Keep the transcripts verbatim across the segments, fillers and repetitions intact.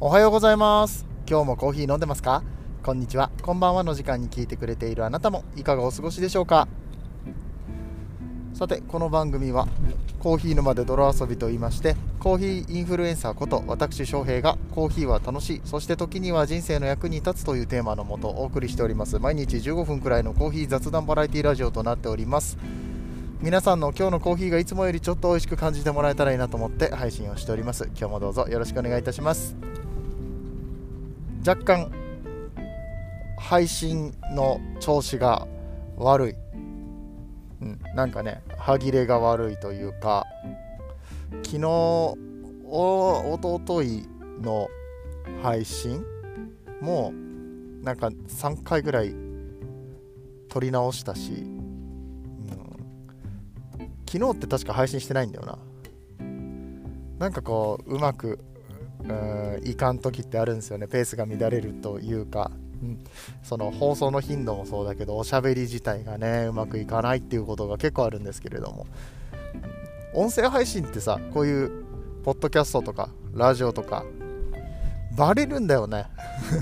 おはようございます。今日もコーヒー飲んでますか？こんにちは、こんばんはの時間に聞いてくれているあなたもいかがお過ごしでしょうか？さて、この番組はコーヒー沼で泥遊びと言いまして、コーヒーインフルエンサーこと私翔平がコーヒーは楽しい、そして時には人生の役に立つというテーマのもとお送りしております。毎日じゅうごふんくらいのコーヒー雑談バラエティラジオとなっております。皆さんの今日のコーヒーがいつもよりちょっと美味しく感じてもらえたらいいなと思って配信をしております。今日もどうぞよろしくお願いいたします。若干配信の調子が悪い、うん、なんかね歯切れが悪いというか、昨日おとといの配信もなんかさんかいぐらい撮り直したし、うん、昨日って確か配信してないんだよな。なんかこううまくうんいかん時ってあるんですよね。ペースが乱れるというか、うん、その放送の頻度もそうだけどおしゃべり自体がねうまくいかないっていうことが結構あるんですけれども、音声配信ってさ、こういうポッドキャストとかラジオとかバレるんだよね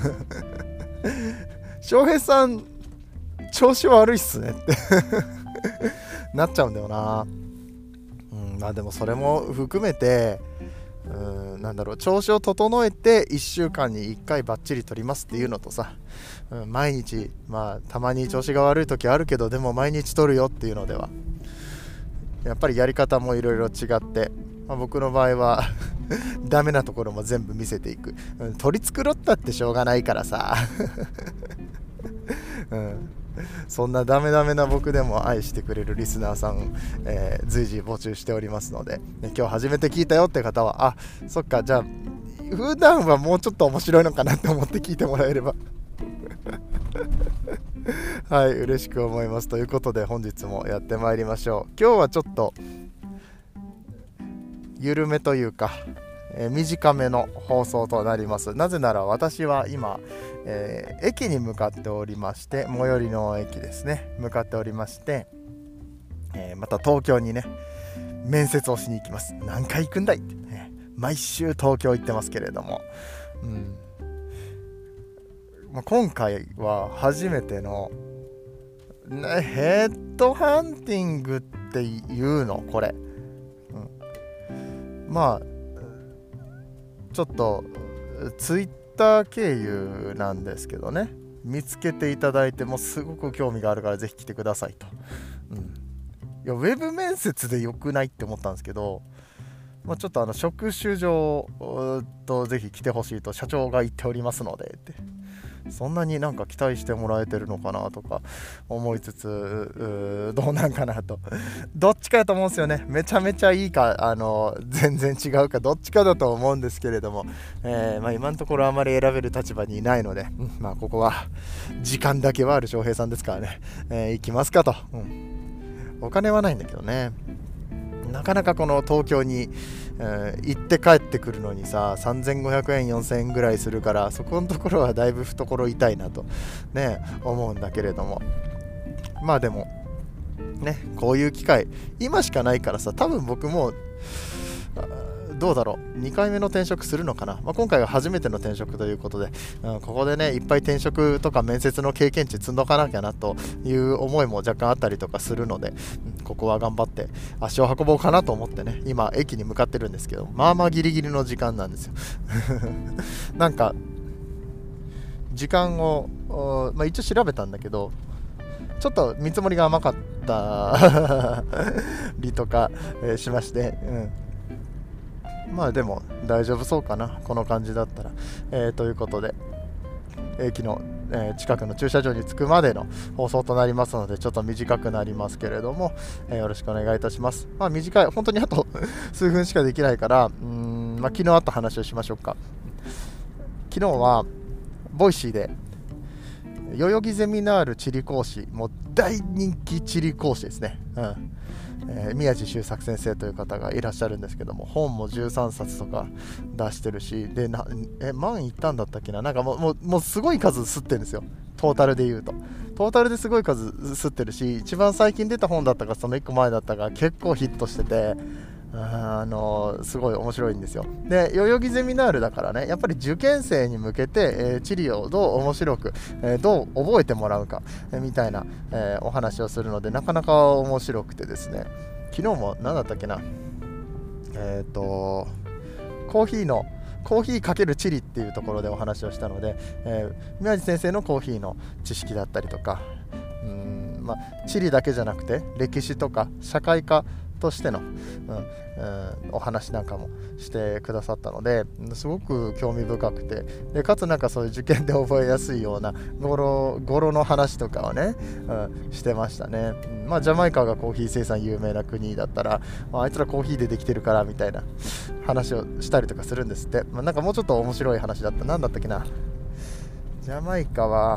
翔平さん調子悪いっすねってなっちゃうんだよな。うん、まあでもそれも含めてうーんなんだろう調子を整えていっしゅうかんにいっかいバッチリ撮りますっていうのとさ、うん、毎日まあたまに調子が悪い時あるけどでも毎日撮るよっていうのではやっぱりやり方もいろいろ違って、まあ、僕の場合はダメなところも全部見せていく、うん、取り繕ったってしょうがないからさ、うん、そんなダメダメな僕でも愛してくれるリスナーさん、えー、随時募集しておりますので、ね、今日初めて聞いたよって方はあそっかじゃあ普段はもうちょっと面白いのかなって思って聞いてもらえればはい嬉しく思います。ということで本日もやってまいりましょう。今日はちょっと緩めというか、えー、短めの放送となります。なぜなら私は今、えー、駅に向かっておりまして、最寄りの駅ですね向かっておりまして、えー、また東京にね面接をしに行きます。何回行くんだいって、ね、毎週東京行ってますけれども、うんまあ、今回は初めての、ね、ヘッドハンティングっていうのこれ、うん、まあちょっとツイッター経由なんですけどね、見つけていただいてもすごく興味があるからぜひ来てくださいと、うん、いやウェブ面接でよくないって思ったんですけど、まあ、ちょっとあの職種上とぜひ来てほしいと社長が言っておりますのでって、そんなになんか期待してもらえてるのかなとか思いつつどうなんかなとどっちかだと思うんですよね。めちゃめちゃいいかあの全然違うかどっちかだと思うんですけれども、えーまあ、今のところあまり選べる立場にいないので、うんまあ、ここは時間だけはある翔平さんですからね、えー、行きますかと、うん、お金はないんだけどね、なかなかこの東京に、えー、行って帰ってくるのにささんぜんごひゃくえんよんせんえんぐらいするから、そこのところはだいぶ懐痛いなとね思うんだけれども、まあでもねこういう機会今しかないからさ、多分僕もどうだろうにかいめの転職するのかな、まあ、今回が初めての転職ということで、うん、ここでねいっぱい転職とか面接の経験値積んどかなきゃなという思いも若干あったりとかするので、うん、ここは頑張って足を運ぼうかなと思ってね今駅に向かってるんですけど、まあまあギリギリの時間なんですよなんか時間を、まあ、一応調べたんだけどちょっと見積もりが甘かったりとか、えー、しまして、うんまあでも大丈夫そうかなこの感じだったら、えー、ということで駅の、えー、近くの駐車場に着くまでの放送となりますのでちょっと短くなりますけれども、えー、よろしくお願いいたします。まあ短い本当にあと数分しかできないからうーん、まあ、昨日あった話をしましょうか。昨日はボイシーで代々木ゼミナール地理講師もう大人気地理講師ですね、うんえー、宮地周作先生という方がいらっしゃるんですけども、本もじゅうさんさつとか出してるし、でなえ万いったんだったっけな、なんかもうもうもうすごい数吸ってるんですよ、トータルで言うと。トータルですごい数吸ってるし、一番最近出た本だったかそのいっこまえだったか結構ヒットしてて、 あのすごい面白いんですよ。で代々木ゼミナールだからね、やっぱり受験生に向けて、えー、地理をどう面白く、えー、どう覚えてもらうか、えー、みたいな、えー、お話をするので、なかなか面白くてですね、昨日も何だったっけな、えっ、ー、とコーヒーのコーヒー×地理っていうところでお話をしたので、えー、宮地先生のコーヒーの知識だったりとか、うーん、まあ、地理だけじゃなくて歴史とか社会科としての、うんうん、お話なんかもしてくださったので、すごく興味深くて、でかつなんかそういう受験で覚えやすいような語呂、語呂の話とかをね、うん、してましたね。うん、まあ、ジャマイカがコーヒー生産有名な国だったら、まあ、あいつらコーヒーでできてるからみたいな話をしたりとかするんですって。まあ、なんかもうちょっと面白い話だった。なんだったっけな。ジャマイカは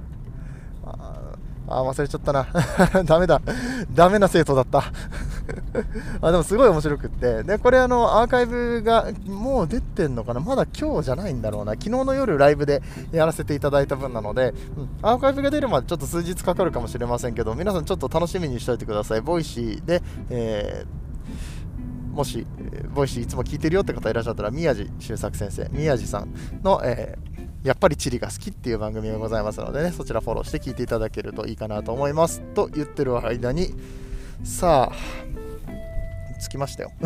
あー忘れちゃったなダメだダメな生徒だったあでもすごい面白くって、でこれあのアーカイブがもう出てんのかな、まだ今日じゃないんだろうな、昨日の夜ライブでやらせていただいた分なので、うん、アーカイブが出るまでちょっと数日かかるかもしれませんけど、皆さんちょっと楽しみにしておいてください。ボイシーで、えー、もしボイシーいつも聞いてるよって方いらっしゃったら、宮地周作先生、宮地さんの、えーやっぱり地理が好きっていう番組がございますのでね、そちらフォローして聞いていただけるといいかなと思いますと言ってる間に、さあ着きましたよ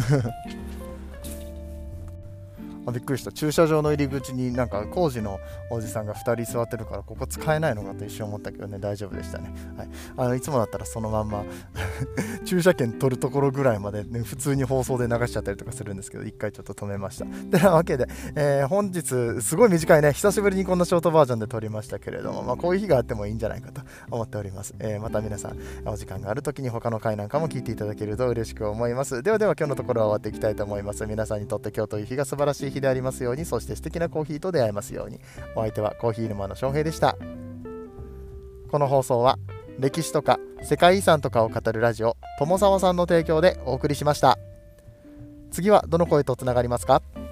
あびっくりした。駐車場の入り口になんか工事のおじさんがふたり座ってるから、ここ使えないのかと一瞬思ったけどね、大丈夫でしたね。はい、あのいつもだったらそのまんま駐車券取るところぐらいまで、ね、普通に放送で流しちゃったりとかするんですけど、一回ちょっと止めました。てなわけで、えー、本日すごい短いね、久しぶりにこんなショートバージョンで撮りましたけれども、まあ、こういう日があってもいいんじゃないかと思っております。えー、また皆さんお時間がある時に他の回なんかも聞いていただけると嬉しく思います。ではでは今日のところは終わっていきたいと思います。皆さんにとって今日という日が素晴らしい日でありますように、そして素敵なコーヒーと出会えますように。お相手はコーヒー沼の翔平でした。この放送は歴史とか世界遺産とかを語るラジオ友沢さんの提供でお送りしました。次はどの声とつながりますか？